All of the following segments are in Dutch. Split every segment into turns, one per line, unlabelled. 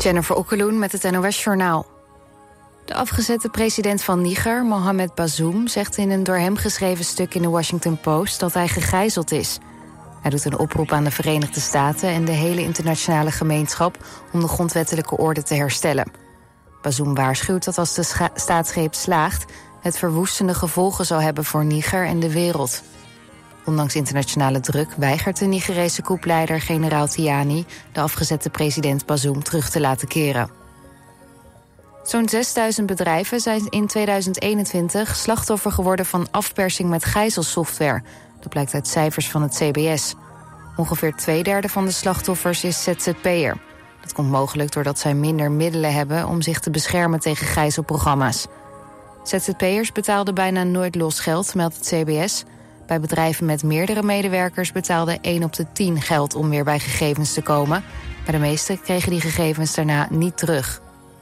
Jennifer Okkeloen met het NOS-journaal. De afgezette president van Niger, Mohamed Bazoum, zegt in een door hem geschreven stuk in de Washington Post dat hij gegijzeld is. Hij doet een oproep aan de Verenigde Staten en de hele internationale gemeenschap om de grondwettelijke orde te herstellen. Bazoum waarschuwt dat als de staatsgreep slaagt, het verwoestende gevolgen zal hebben voor Niger en de wereld. Ondanks internationale druk weigert de Nigerese koepleider generaal Tiani de afgezette president Bazoum terug te laten keren. Zo'n 6000 bedrijven zijn in 2021 slachtoffer geworden van afpersing met gijzelsoftware. Dat blijkt uit cijfers van het CBS. Ongeveer 2/3 van de slachtoffers is ZZP'er. Dat komt mogelijk doordat zij minder middelen hebben om zich te beschermen tegen gijzelprogramma's. ZZP'ers betaalden bijna nooit los geld, meldt het CBS. Bij bedrijven met meerdere medewerkers betaalde 1 op de 10 geld om weer bij gegevens te komen. Maar de meesten kregen die gegevens daarna niet terug.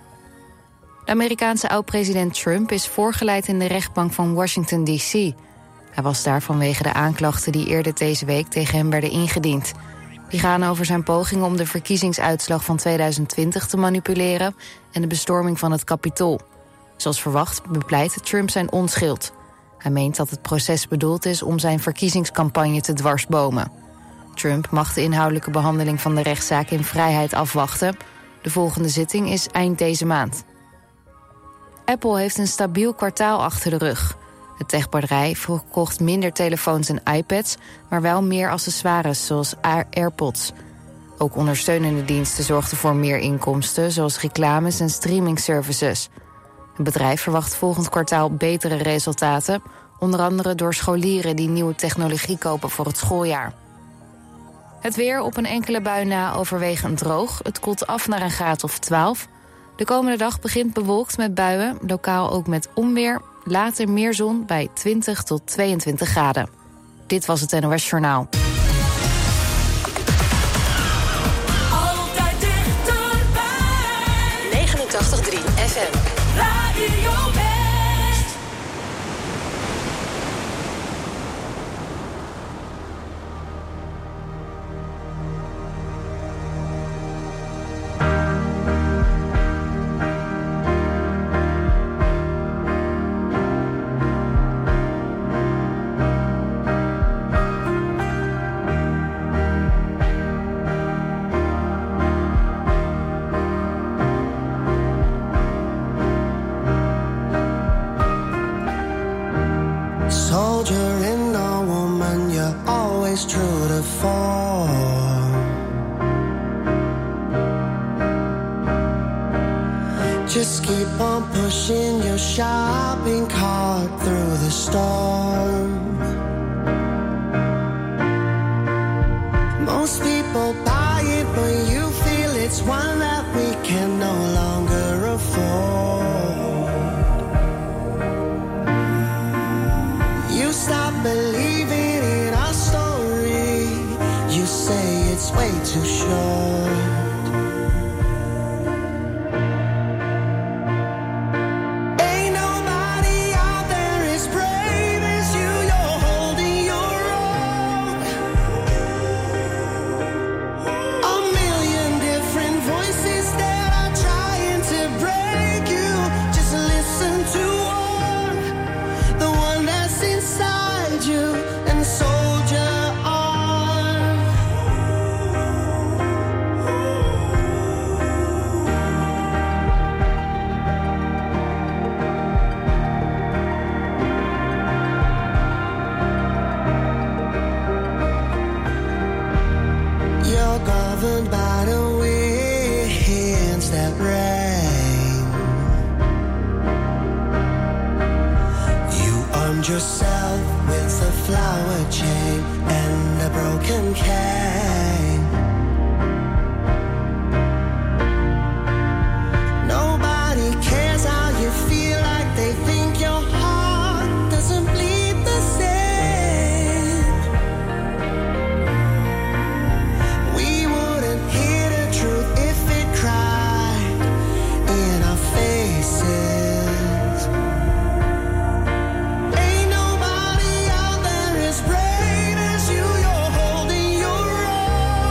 De Amerikaanse oud-president Trump is voorgeleid in de rechtbank van Washington, D.C. Hij was daar vanwege de aanklachten die eerder deze week tegen hem werden ingediend. Die gaan over zijn pogingen om de verkiezingsuitslag van 2020 te manipuleren en de bestorming van het Capitool. Zoals verwacht bepleit Trump zijn onschuld. Hij meent dat het proces bedoeld is om zijn verkiezingscampagne te dwarsbomen. Trump mag de inhoudelijke behandeling van de rechtszaak in vrijheid afwachten. De volgende zitting is eind deze maand. Apple heeft een stabiel kwartaal achter de rug. Het techbedrijf verkocht minder telefoons en iPads, maar wel meer accessoires zoals AirPods. Ook ondersteunende diensten zorgden voor meer inkomsten, zoals reclames en streamingservices. Het bedrijf verwacht volgend kwartaal betere resultaten, onder andere door scholieren die nieuwe technologie kopen voor het schooljaar. Het weer op een enkele bui na overwegend droog. Het koelt af naar een graad of 12. De komende dag begint bewolkt met buien, lokaal ook met onweer. Later meer zon bij 20 tot 22 graden. Dit was het NOS Journaal.
Altijd dichterbij.
89.3 FM.
Radio West.
True to form. Just keep on pushing your shopping cart through the storm. Most people buy it, but you feel it's one that we can no longer afford. You stop believing in our story. You say it's way too short. Ain't nobody out there as brave as you. You're holding your own. A million different voices that are trying to break you. Just listen to one, the one that's inside you, and soldier on. You're governed by the winds that rain. You armed yourself with a flower chain and a broken cane. Nobody cares how you feel, like they think your heart doesn't bleed the same. We wouldn't hear the truth if it cried in our faces. Ain't nobody out there as brave as you. You're holding your own.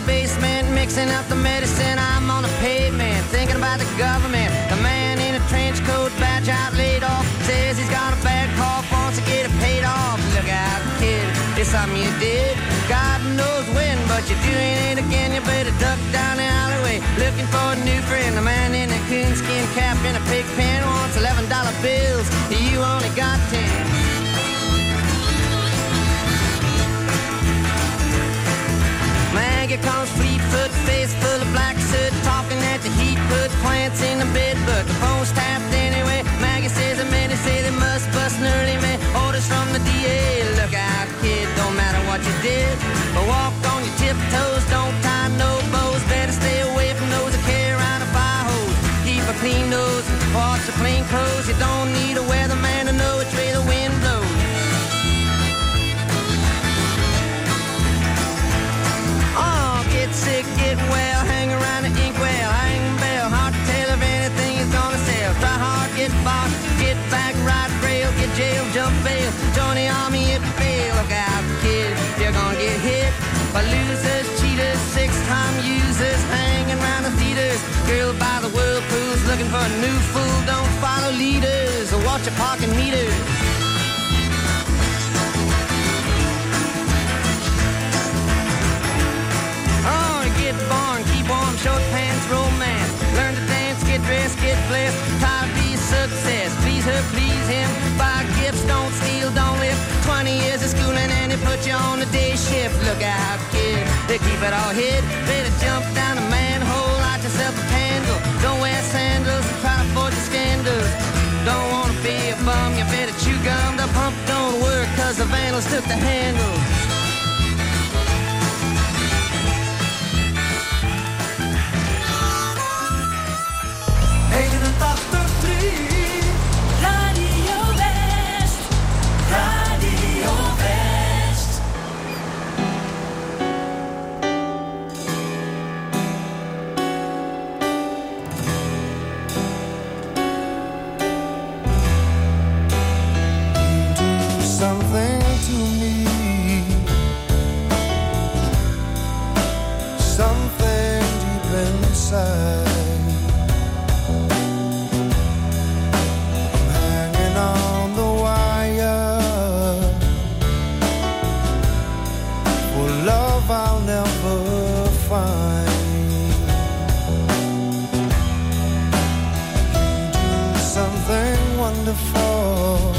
basement, mixing up the medicine. I'm on the pavement, thinking about the government. The man in a trench coat, badge out, laid off, says he's got a bad cough, wants to get it paid off. Look out, kid, it's something you did. God knows when, but you're doing it again. You better duck down the alleyway, looking for a new friend. The man in a coonskin cap and a pig pen wants $11 bills. You only got 10. Maggie comes fleet-foot, face full of black soot, talking at the heat, put plants in the bed, but the phone's tapped anyway. Maggie says the men say they must bust an early man. Orders from the DA, look out, kid, don't matter what you did, but walk on your tiptoes, don't tie no bows. Better stay away from those that carry around a fire hose. Keep a clean nose, wash your clean clothes. You don't need a weatherman to know which way the wind blows. Get sick, get well, hang around the inkwell, hang bell, hard to tell if anything is gonna sell. Try hard, get bought, get back, ride rail, get jail, jump bail, join the army if you fail. Look out, kid, you're gonna get hit by losers, cheaters, six-time users, hanging around the theaters. Girl by the whirlpools, looking for a new fool. Don't follow leaders or watch your parking meters. Get born, keep warm, short pants, romance. Learn to dance, get dressed, get blessed. Try to be a success, please her, please him. Buy gifts, don't steal, don't live. 20 years of schooling and they put you on the day shift. Look out, kid, they keep it all hid. Better jump down a manhole, light yourself a candle. Don't wear sandals and try to avoid the scandals. Don't wanna be a bum, you better chew gum. The pump don't work cause the vandals took the handle.
89.3 Radio West, Radio West.
Do something to me, something deep inside. I'll never find. You do something wonderful,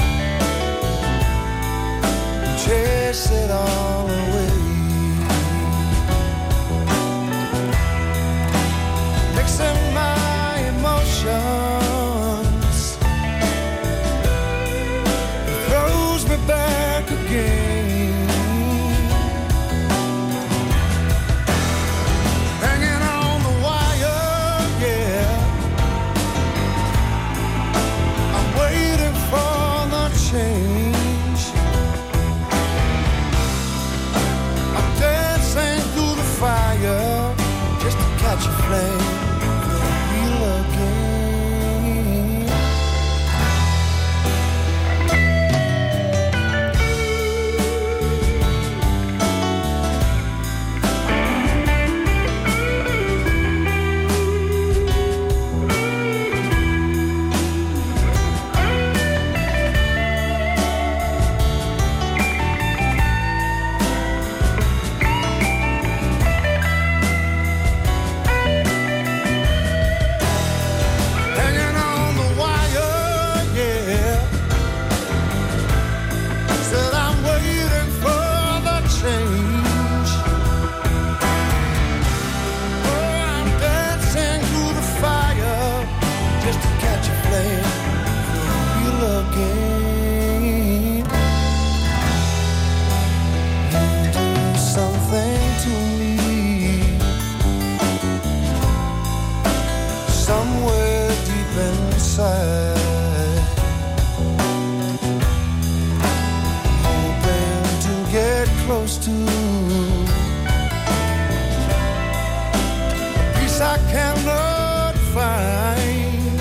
chase it all away, mixing my emotions, it throws me back again. Catch a flame, feel again. close to a peace I cannot find.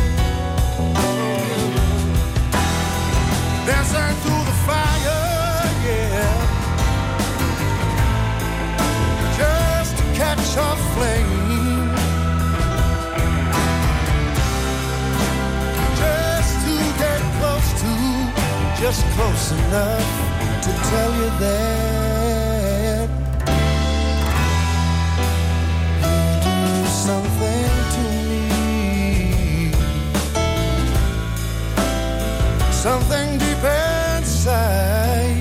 Dancing through the fire, yeah, just to catch
flash of flame, just to get close to, just close enough to tell you that you do something to me, something deep inside.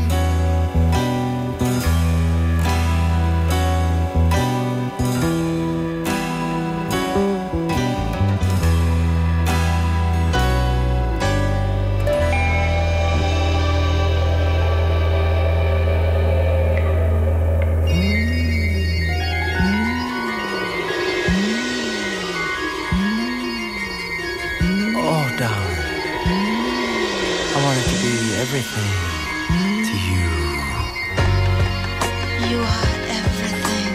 Everything to you.
You are everything.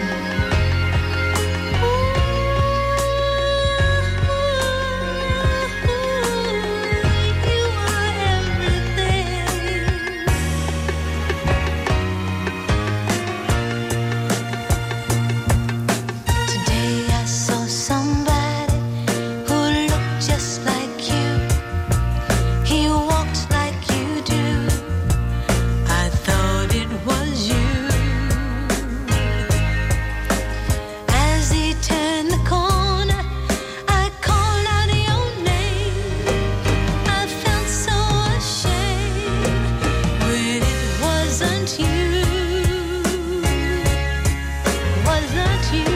You are everything. Today I saw somebody who looked just like you. He walked like you do. I thought it was you. As he turned the corner, I called out your name. I felt so ashamed when it wasn't you. Wasn't you?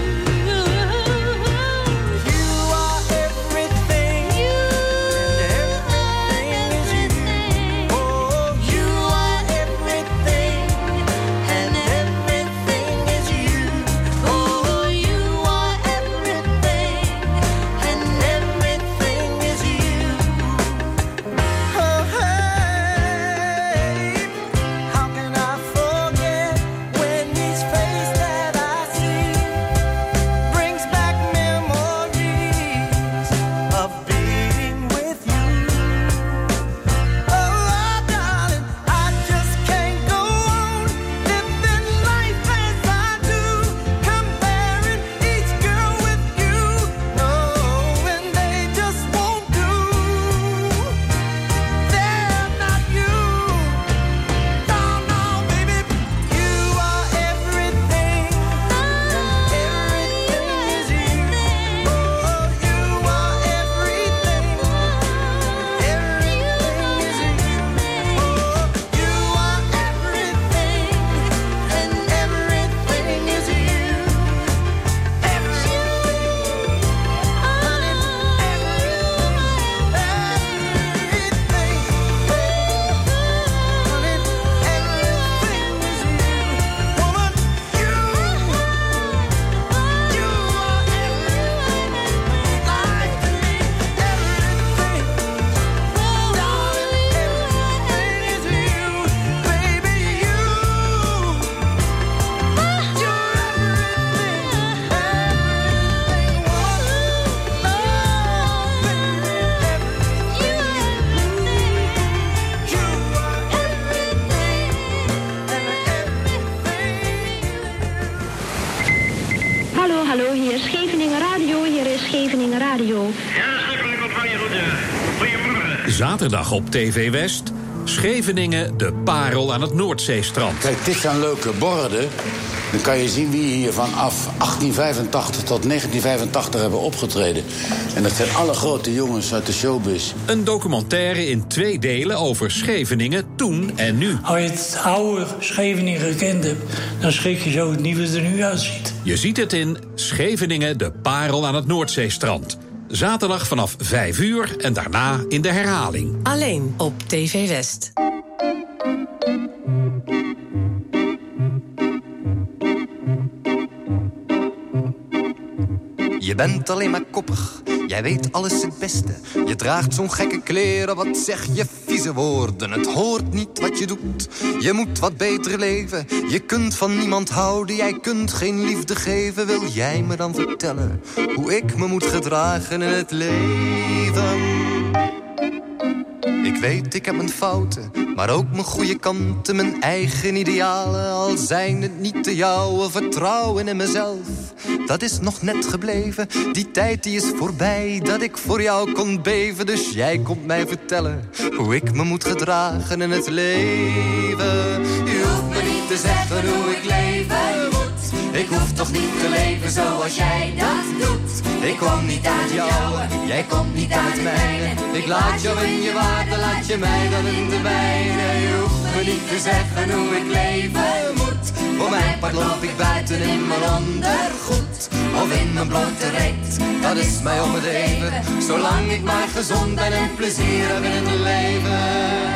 You are everything.
You
Everything is you. Oh,
You are everything, and everything is you. Oh, you are everything, and everything is you.
oh, hey. How can I forget when each face that I see brings back memories of being with you? Oh, darling, I just can't go on living life as I do, comparing each girl with you. No, and they just won't do. They're not you. No, no, baby, you are everything, and everything is you. Oh, you are everything, everything is you. Oh, you are everything, and everything is you.
Hallo, hallo, hier is Scheveningen Radio, hier is Scheveningen Radio.
Ja, schriftelijk ontvangen, goedemorgen.
Zaterdag op TV West. Scheveningen, de parel aan het Noordzeestrand.
Kijk, dit zijn leuke borden. Dan kan je zien wie hier vanaf 1885 tot 1985 hebben opgetreden. En dat zijn alle grote jongens uit de showbiz.
Een documentaire in 2 delen over Scheveningen toen en nu.
Als je het oude Scheveningen gekend hebt, dan schrik je zo het nieuwe er nu uitziet.
Je ziet het in Scheveningen, de parel aan het Noordzeestrand. Zaterdag vanaf 5 uur en daarna in de herhaling.
Alleen op TV West.
Je bent alleen maar koppig, jij weet alles het beste. Je draagt zo'n gekke kleren, wat zeg je vieze woorden. Het hoort niet wat je doet, je moet wat beter leven. Je kunt van niemand houden, jij kunt geen liefde geven. Wil jij me dan vertellen hoe ik me moet gedragen in het leven? Ik weet, ik heb mijn fouten, maar ook mijn goede kanten, mijn eigen idealen, al zijn het niet de jouwe. Vertrouwen in mezelf, dat is nog net gebleven. Die tijd die is voorbij, dat ik voor jou kon beven. Dus jij komt mij vertellen hoe ik me moet gedragen in het leven. Je hoeft me niet te zeggen hoe ik leven moet. Ik hoef toch niet te leven zoals jij dat doet. Ik kom niet uit jouwe, jij komt niet uit mijne. Ik laat jou in je waarde, laat je mij dan in de mijne. Je hoeft me niet te zeggen hoe ik leven moet. Voor mijn part loop ik buiten in mijn ondergoed of in mijn blote reet, dat is mij om het even. Zolang ik maar gezond ben en plezier heb in het leven.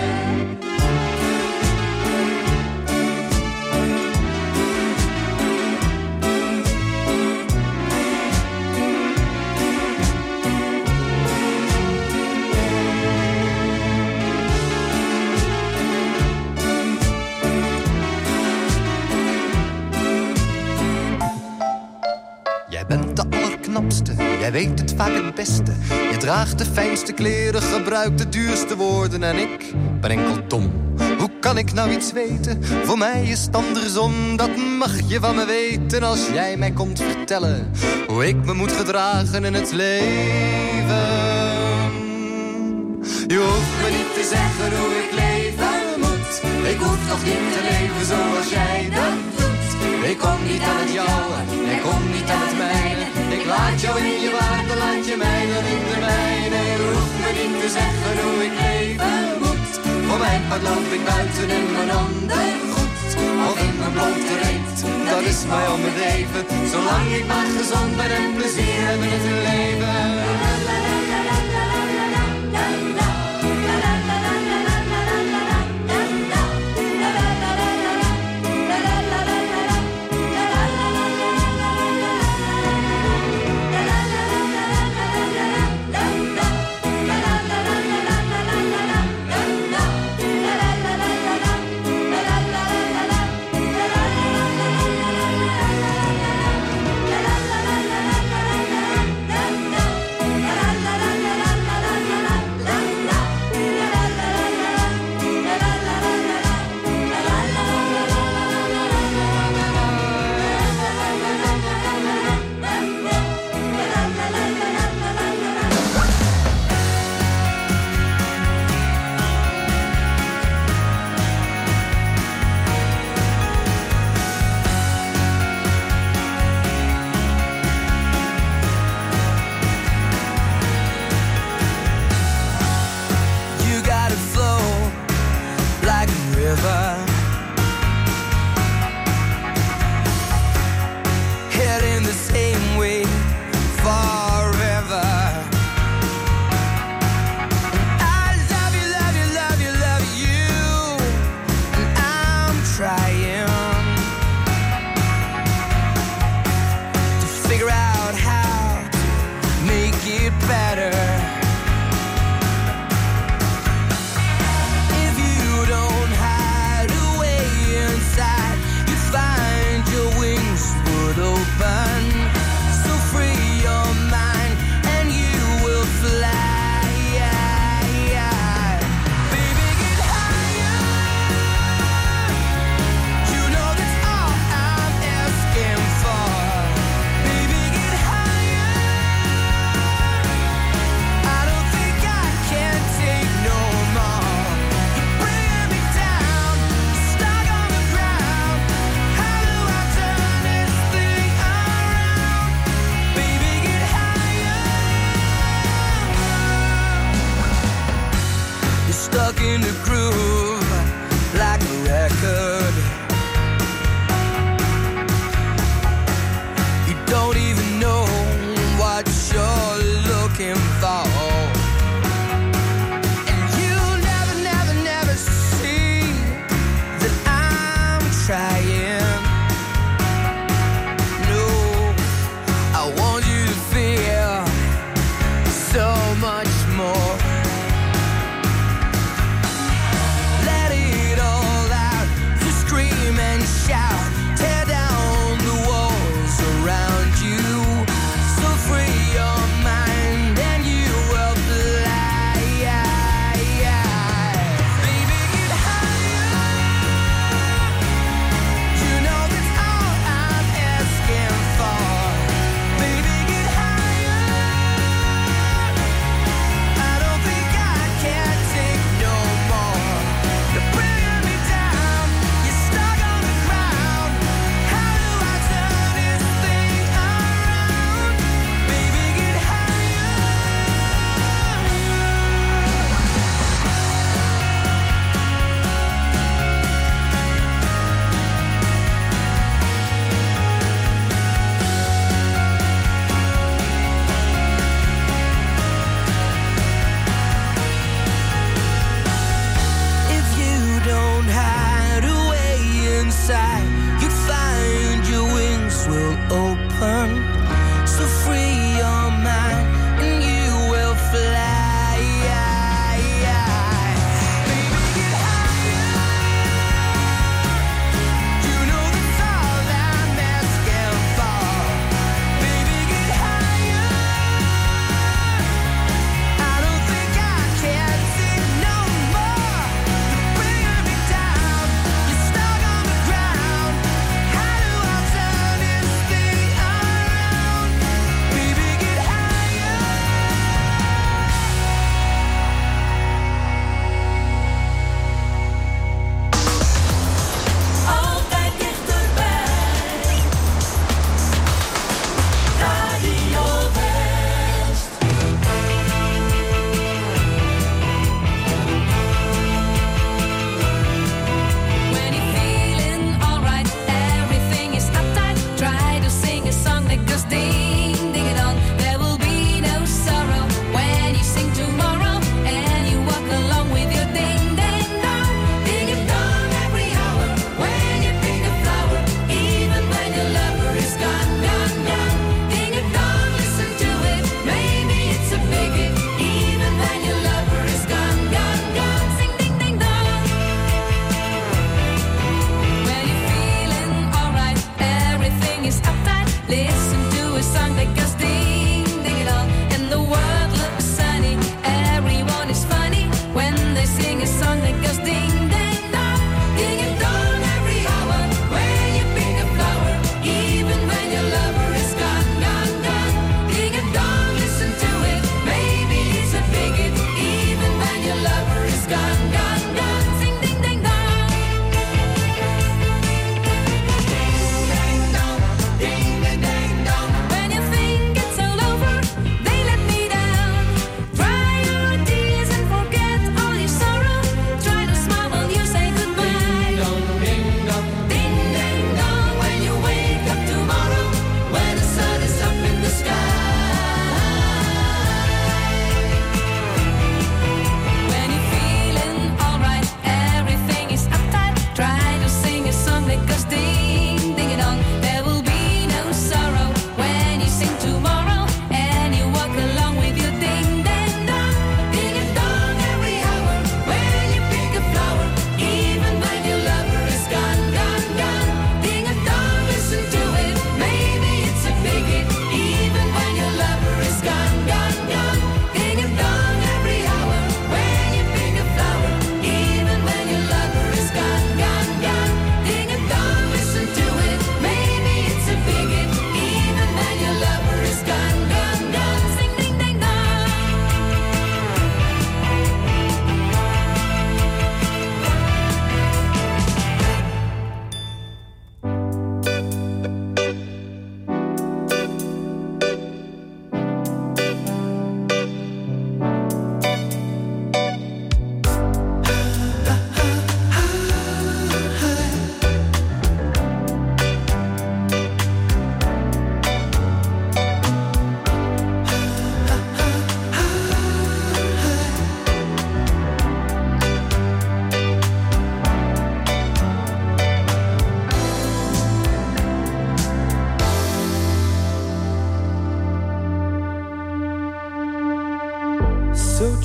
Jij bent de allerknapste, jij weet het vaak het beste. Je draagt de fijnste kleren, gebruikt de duurste woorden. En ik ben enkel dom. Hoe kan ik nou iets weten? Voor mij is het andersom, dat mag je van me weten. Als jij mij komt vertellen hoe ik me moet gedragen in het leven. Je hoeft me niet te zeggen hoe ik leven moet. Ik hoef toch niet te leven zoals jij dat doet. Ik kom niet aan het jouwe, jij komt niet aan het mijne. Ik laat jou in je waarde, laat je mij dan in de mijne. Je hoeft me niet te zeggen hoe ik leven moet. Voor mijn part loop ik buiten in mijn ondergoed of in mijn blote reet, dat is mij om het even. Zolang ik maar gezond ben en plezier heb in het leven.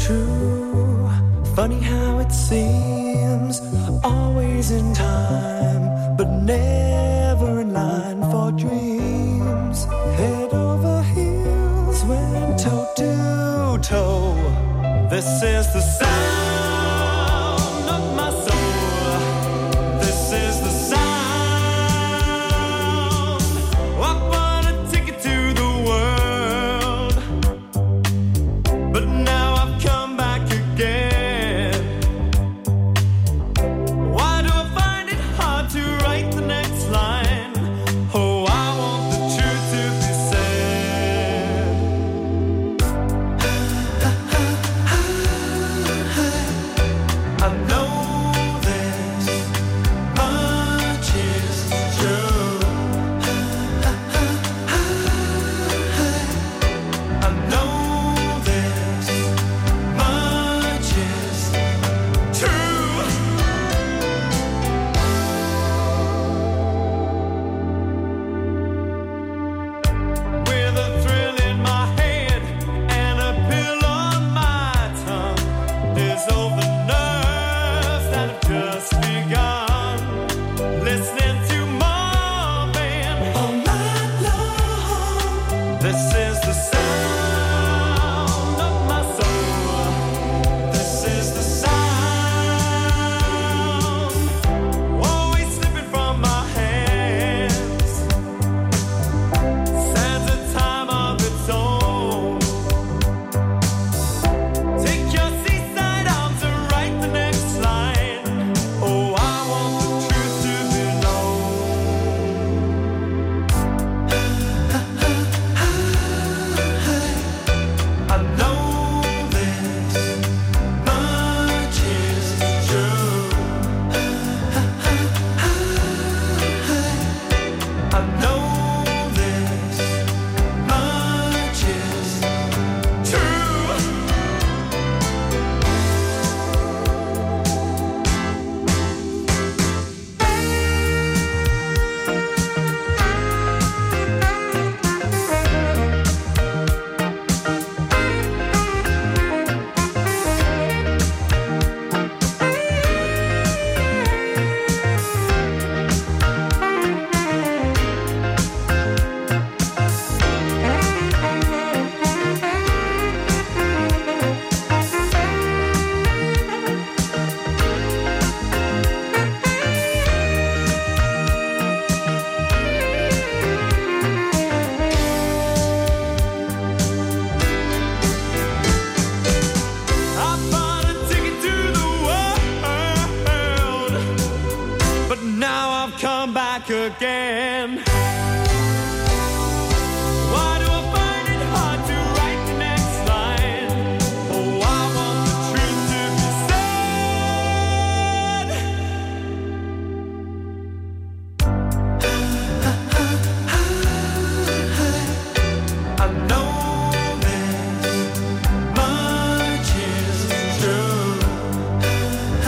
true. Funny how it seems, always in time, but never in line for dreams. Head over heels, went toe to toe. This is the sound of my soul. This is the sound. I bought a ticket to the world, but now I've come back again. Why do I find it hard to write the next line? Oh, I want the truth to be said. I know this much is true. I know this much is true. With a thrill in my head and a pill on my tongue, there's over nerves that have just begun. Listening to Marvin all night long. This is the sound of my soul. This is the sound. Always slipping from my hands. Stands a time of its own. Take your seaside arms and write the next line. Oh, I want the truth to be known. I know this much is true. I know this much is true. I bought a ticket to the world, but now I've come back again. Why do I find it hard to write the next line? Oh, I want the truth to be said. I know this much is true.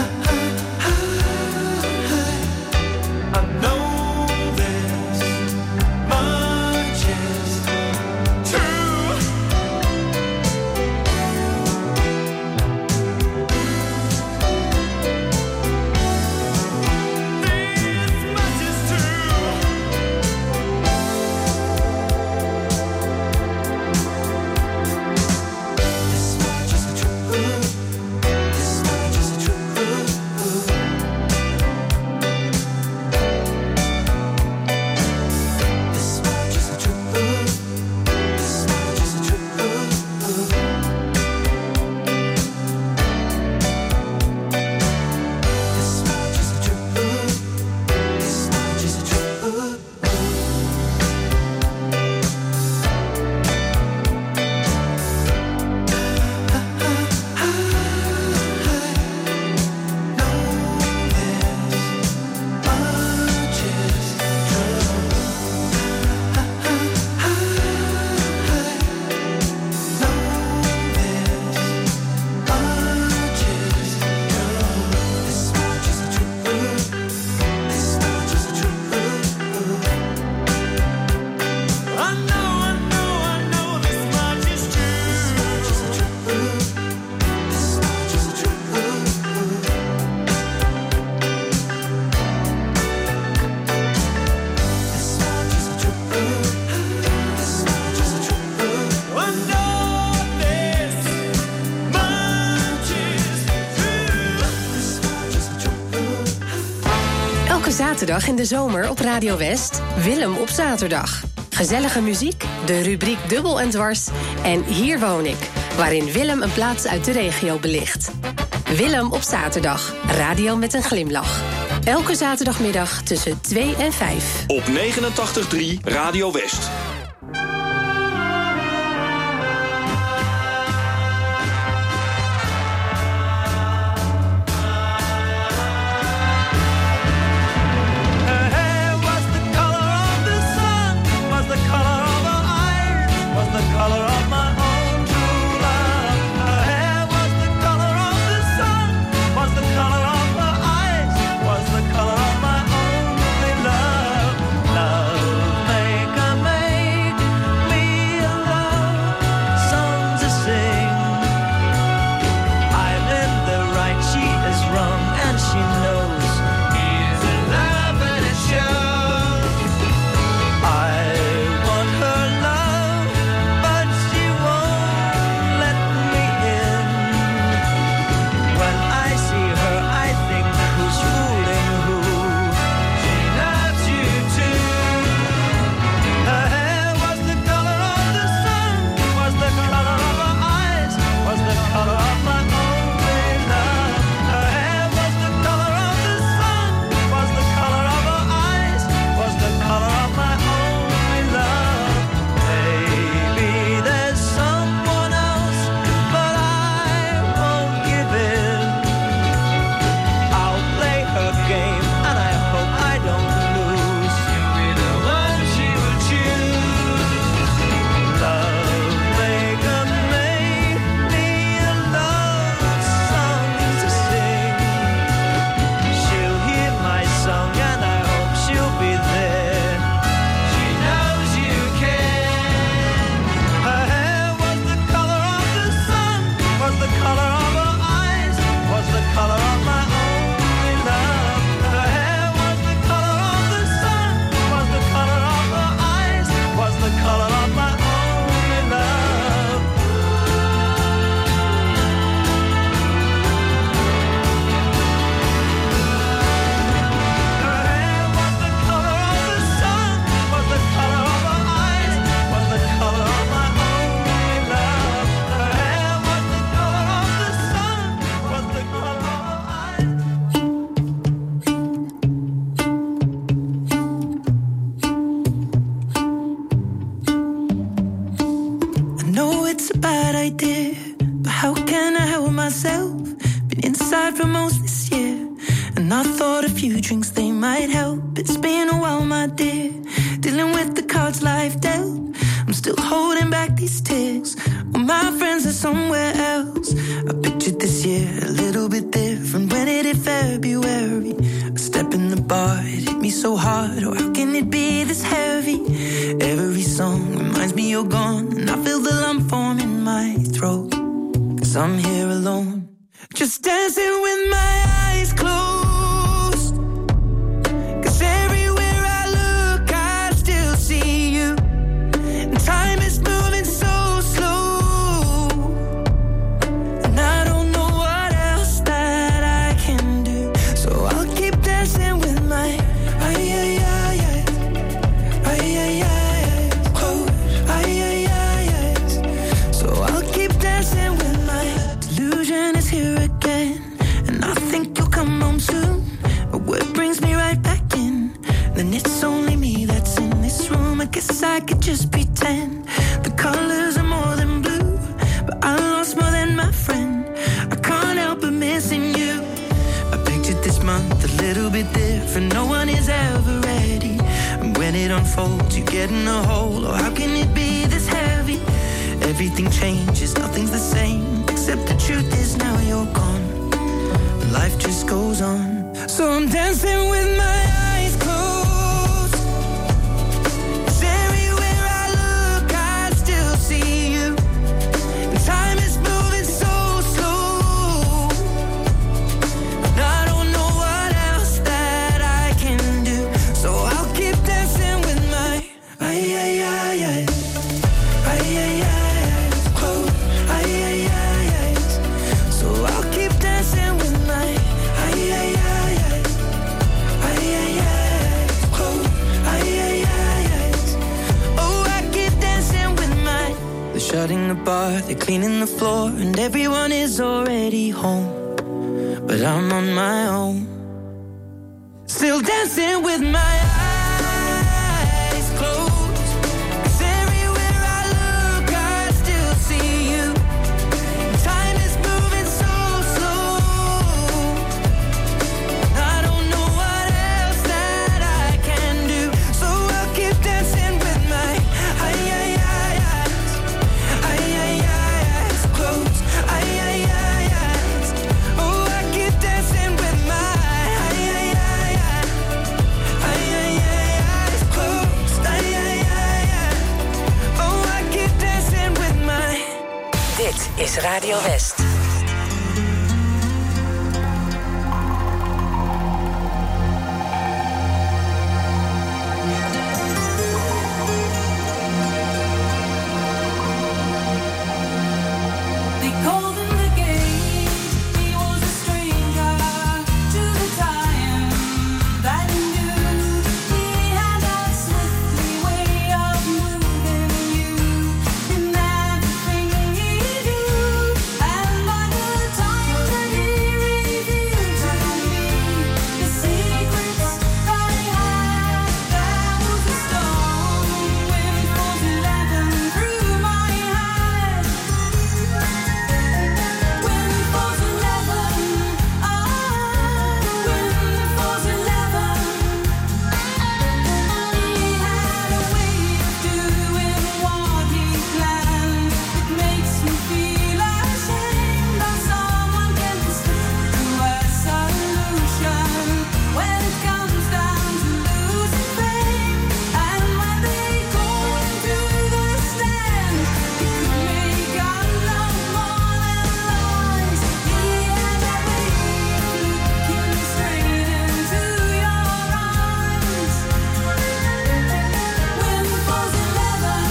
I know this
zaterdag in de zomer op Radio West. Willem op zaterdag. Gezellige muziek, de rubriek Dubbel en Dwars en Hier woon ik, waarin Willem een plaats uit de regio belicht. Willem op zaterdag, radio met een glimlach. Elke zaterdagmiddag tussen 2 en 5.
Op 89.3 Radio West.
So I'll keep dancing with my
shutting the bar, they're cleaning the floor, and everyone is already home. But I'm on my own, still dancing with my eyes closed. 'Cause everywhere I look, I still see you. Time is moving so slow. I don't know what else that I can do, so I'll keep dancing with my eyes closed. Eyes. Oh, I keep dancing with my eyes closed. Oh, I keep dancing with my.
Dit is Radio West.
They called him the game. He was a stranger to the time that he knew. He had that swiftly way of moving you in everything he do. And by the time that he revealed to me the secrets that he had, there was a storm when it was 11 through my head. When it was 11, when it was 11, he had a way of doing what he planned. It makes me feel ashamed that someone can stick to a solution when it comes down to losing fame. And when they call him to the stand, he could make out love more than lies. He had that way of looking straight into your eyes. When it was 11,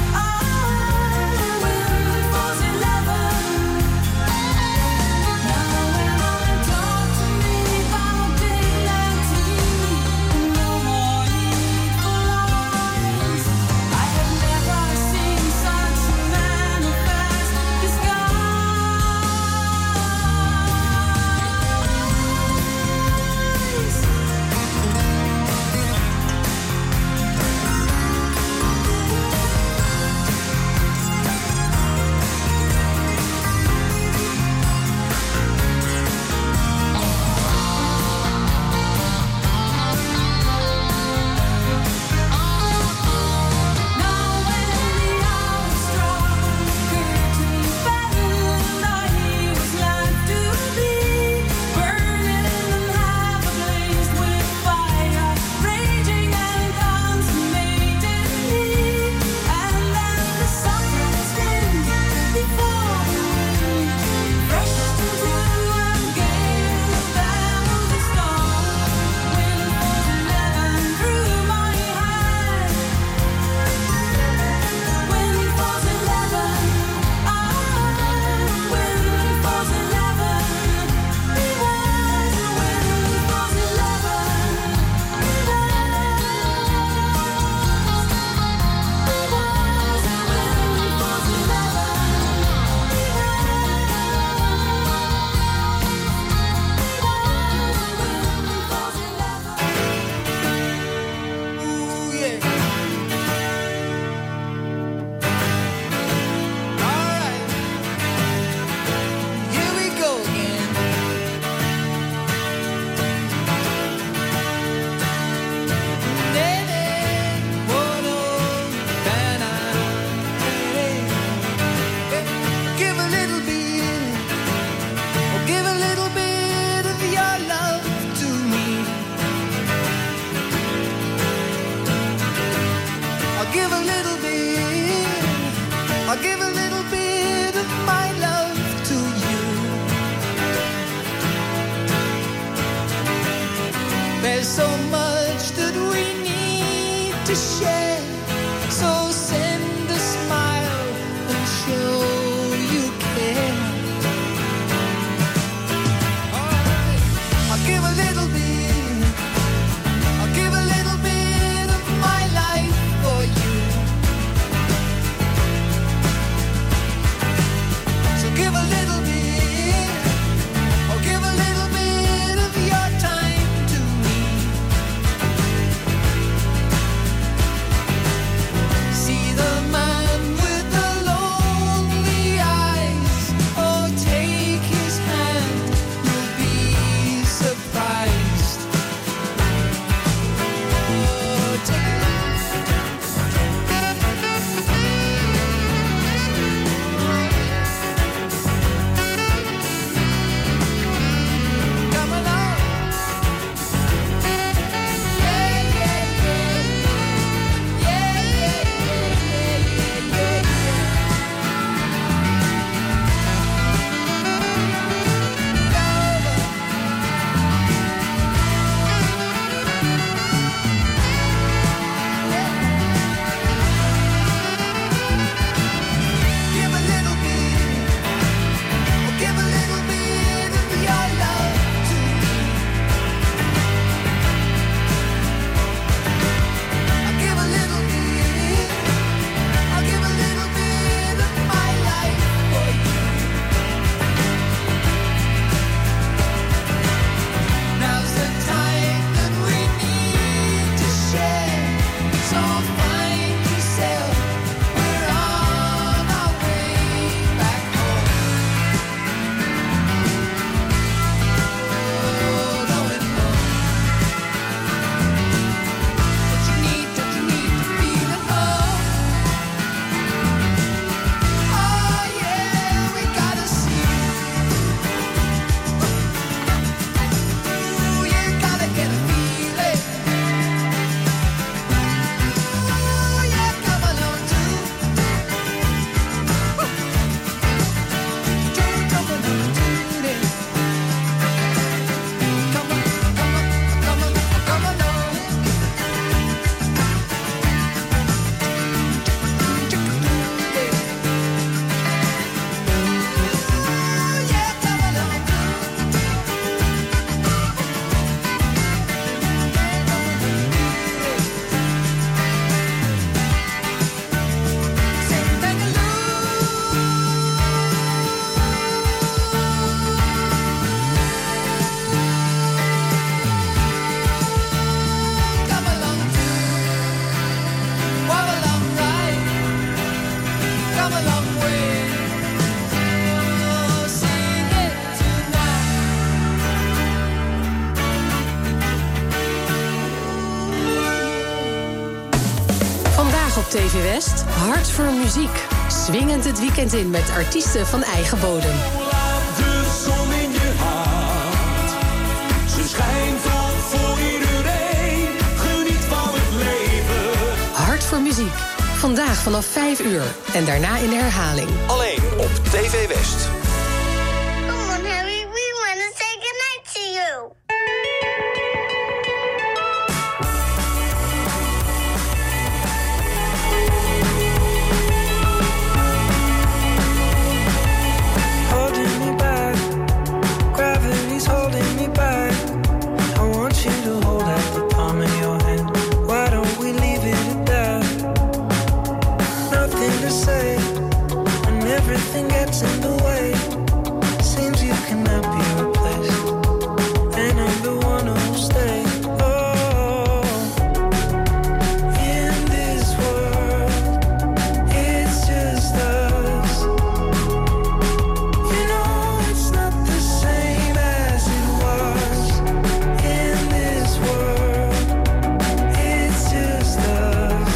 when it was 11. Now when they talk to me about dignity, no more need for lies. I have never seen such a manifest Now when the hour struck, curtain fell, and he was left to be burning and half ablaze with fire, raging and consummated me. And then the sunrise dimmed before the wind rushed into a gale. There was a storm when it was 11 through my head. When it was 11, when it was 11, he was. When it was 11, he was. When it was 11,
Ooh, yeah. All right. Here we go again. Give a little bit, oh, give a little bit of your love to me. I'll give a little bit, I'll give a little bit of my love to you. There's so much that we need to share, so send a smile and show you care. I'll give a little bit, I'll give a little bit of my life for you.
op TV West. Hart voor muziek. Swingend het weekend in met artiesten van eigen bodem.
Laat de zon in je hart. Ze schijnt al voor iedereen. Geniet van het leven.
Hart voor muziek. Vandaag vanaf 5 uur. En daarna in de herhaling.
Alleen op TV West.
Come on, Harry, we want to say goodnight to you.
Holding me back, gravity's holding me back. I want you to hold out the palm of your hand. Why don't we leave it at that? Nothing to say, and everything gets in the way. Seems you cannot be replaced, and I'm the one who'll stay. Oh, in this world, it's just us. You know it's not the same as it was. In this world, it's just us.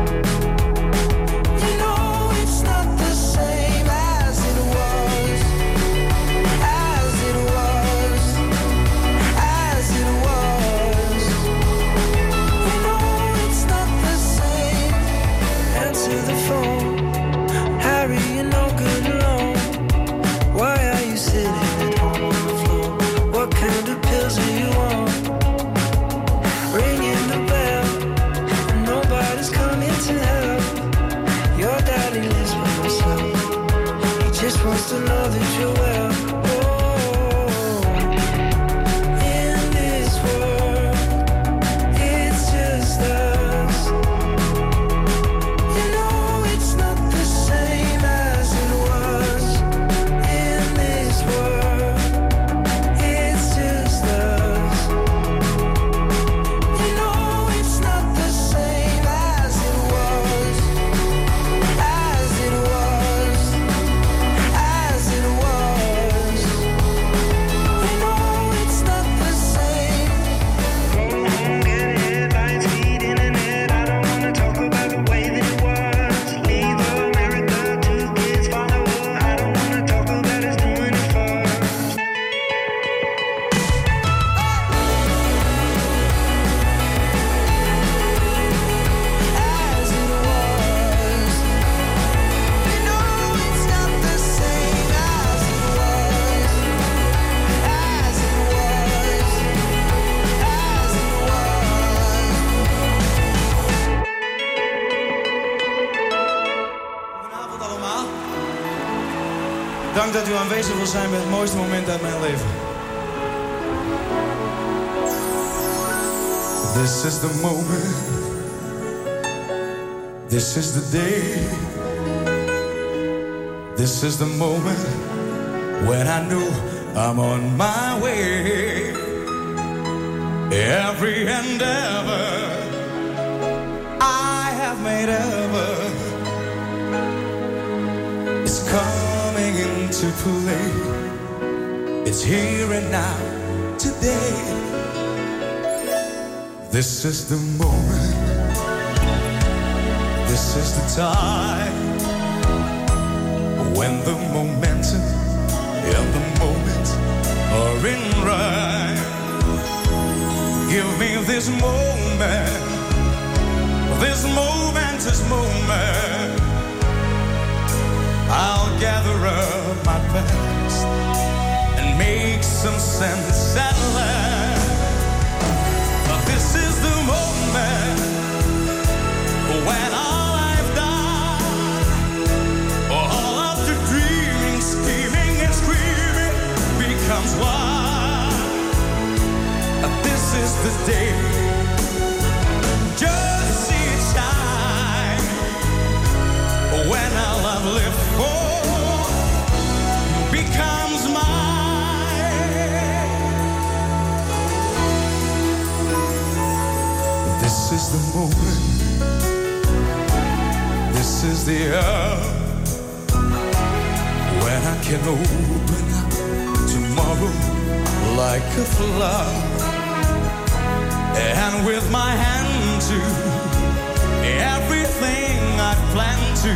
You know it's not the same as it was. As it was. As it was. You know it's not the same. Answer the phone. Harry, you're no good alone. Why are you sitting at home on the floor? What kind of pills are you on? Ringing the bell, and nobody's coming to help. Your daddy lives by himself. He just wants to know that you're well. Oh, in this world, it's just us. You know it's not the same as it was. In this world, it's just us. You know it's not the same as it was. As it was. As it was. You know it's not the same. Go home, get headlines, feed internet. I don't wanna talk about the way that it was. Leave America, 2 kids follow her. I don't wanna talk about us doing it first. As it was. You know it's not the same as it was. As it was. As it was.
Goedenavond allemaal. Dank dat u aanwezig wil zijn bij het mooiste moment uit mijn leven. This is the moment. This is the day. This is the moment when I knew I'm on my way. Every endeavor I have made ever is coming into play. It's here and now, today. This is the moment. This is the time when the momentum and the moment are in rhyme. Give me this moment, this momentous moment. I'll gather up my past and make some sense at last. This is the moment when all I've done, all of the dreaming, scheming, and screaming becomes one. This is the day. Just see it shine when all I've lived for becomes mine. This is the moment. This is the hour when I can open up tomorrow like a flower, and with my hand to everything to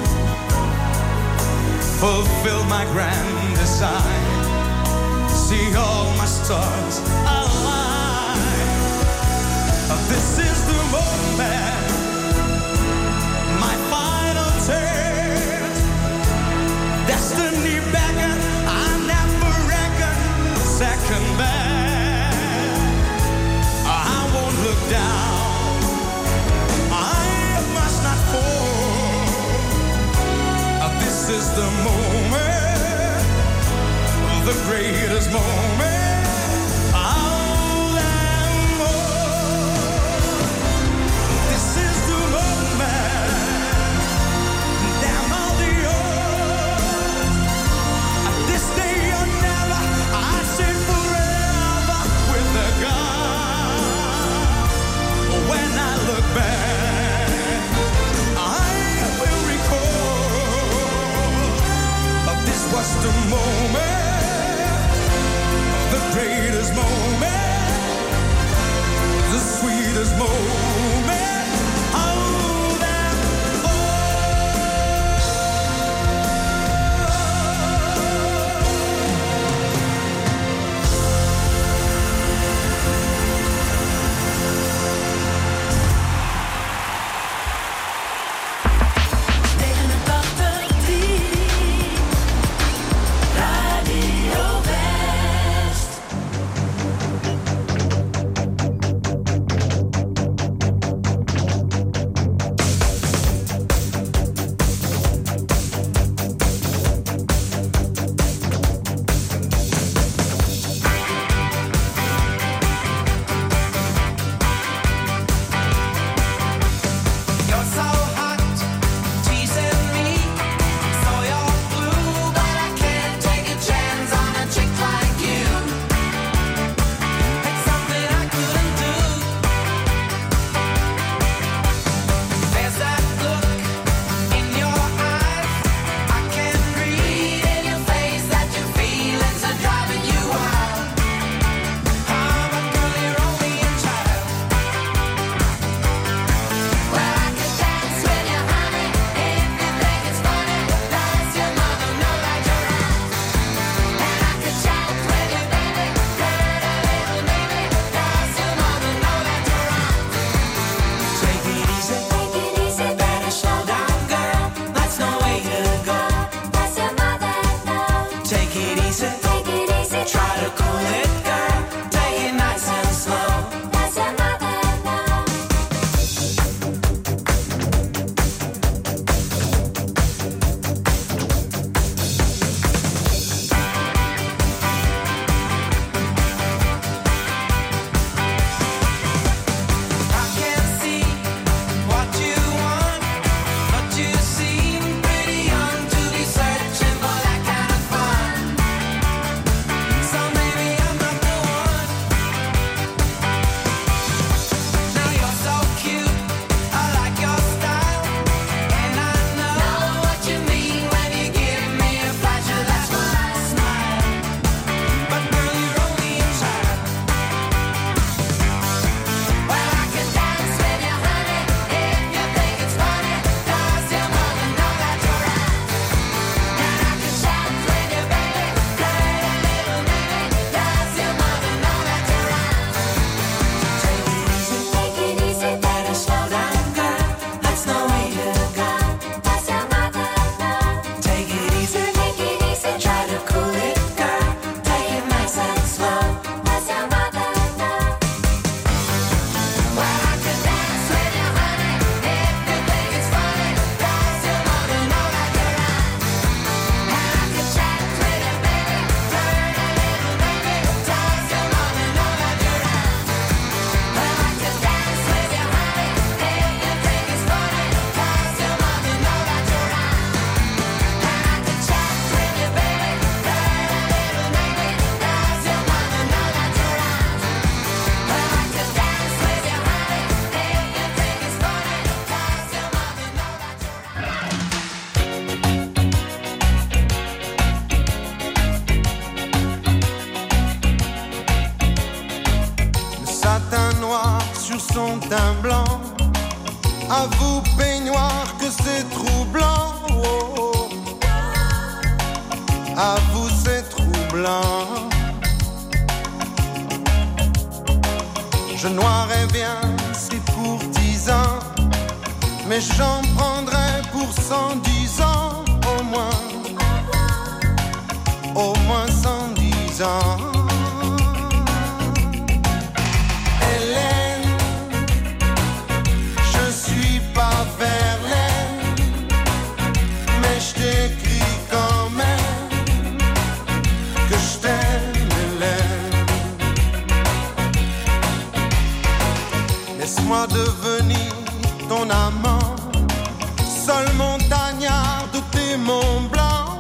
fulfill my grand design. See all my stars align. This is the moment, my final test. Destiny beckon, I never reckon second best. I won't look down, I must not fall. This is the moment, the greatest moment of them all. This is the moment, damn all the earth. This day or never, I say forever with the God. When I look back, I will recall this was the moment,
Avoue, peignoir, que c'est troublant. Oh, oh. Avoue, c'est troublant. Je noirais bien ces courtisans, mais j'en prendrais pour 110 ans au moins. Au moins 110 ans. Hélène, je suis pas Verlaine, mais je t'écris quand même que je t'aime, Hélène. Laisse-moi devenir ton amant, seul montagnard de tes monts blancs.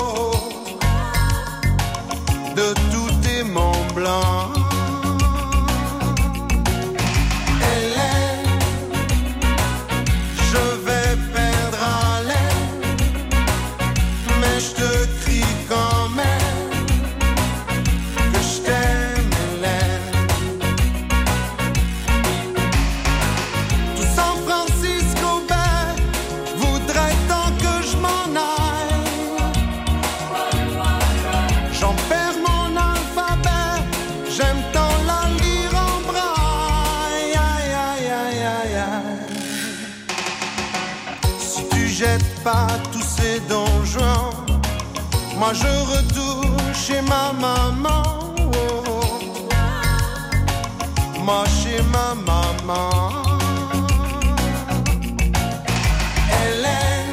De tous tes monts blancs. Hélène, je vais perdre haleine, mais je te crie quand même que je t'aime, Hélène. Tout San Francisco Bay voudrait tant que je m'en aille. J'en perds. J'aime tant la lire en braille. Aïe, aïe, aïe, aïe, aïe. Si tu jettes pas tous ces donjons, moi je retourne chez ma maman. Oh, oh. Moi chez ma maman. Hélène,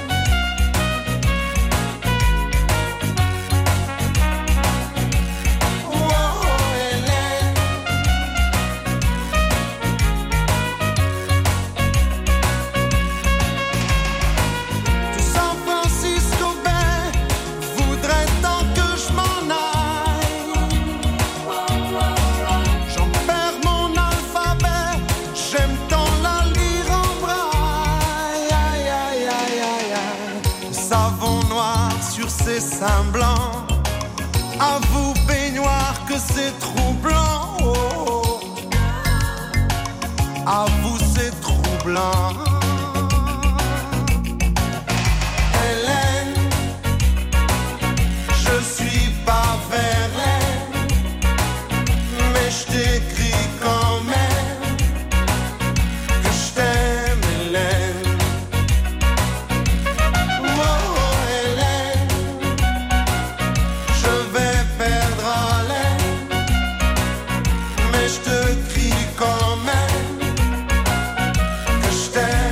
seins blancs, avoue peignoir que c'est troublant. Oh, oh. Avoue c'est troublant. Hélène, je suis pas Verlaine, mais je t'écris quand même que je t'aime, Hélène. Je te crie quand même que je t'aime.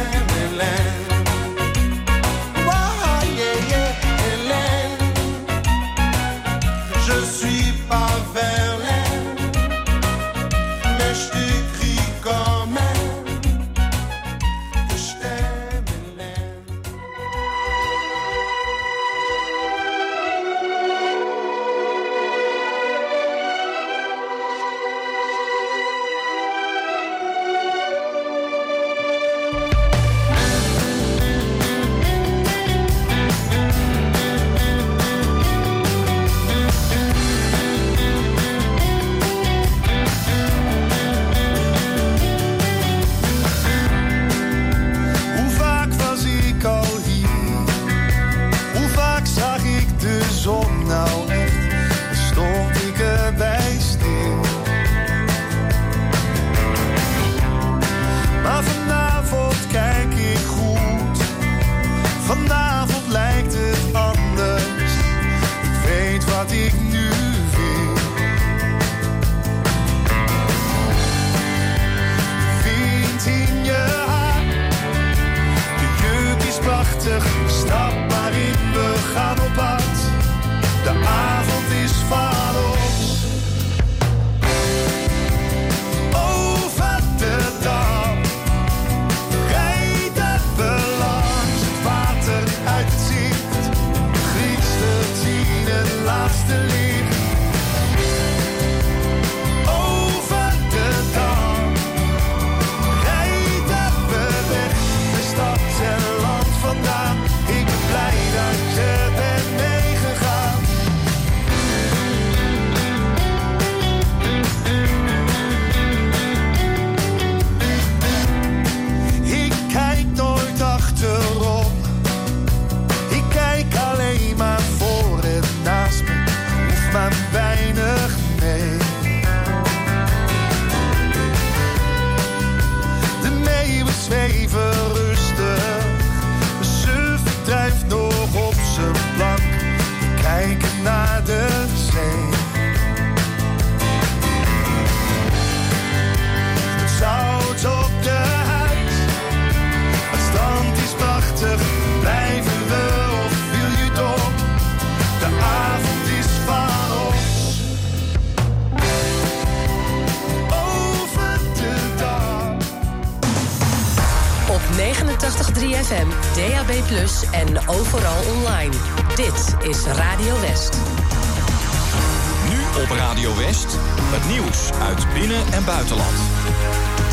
89.3 FM, DAB+ en overal online. Dit is Radio West.
Nu op Radio West, het nieuws uit binnen- en buitenland.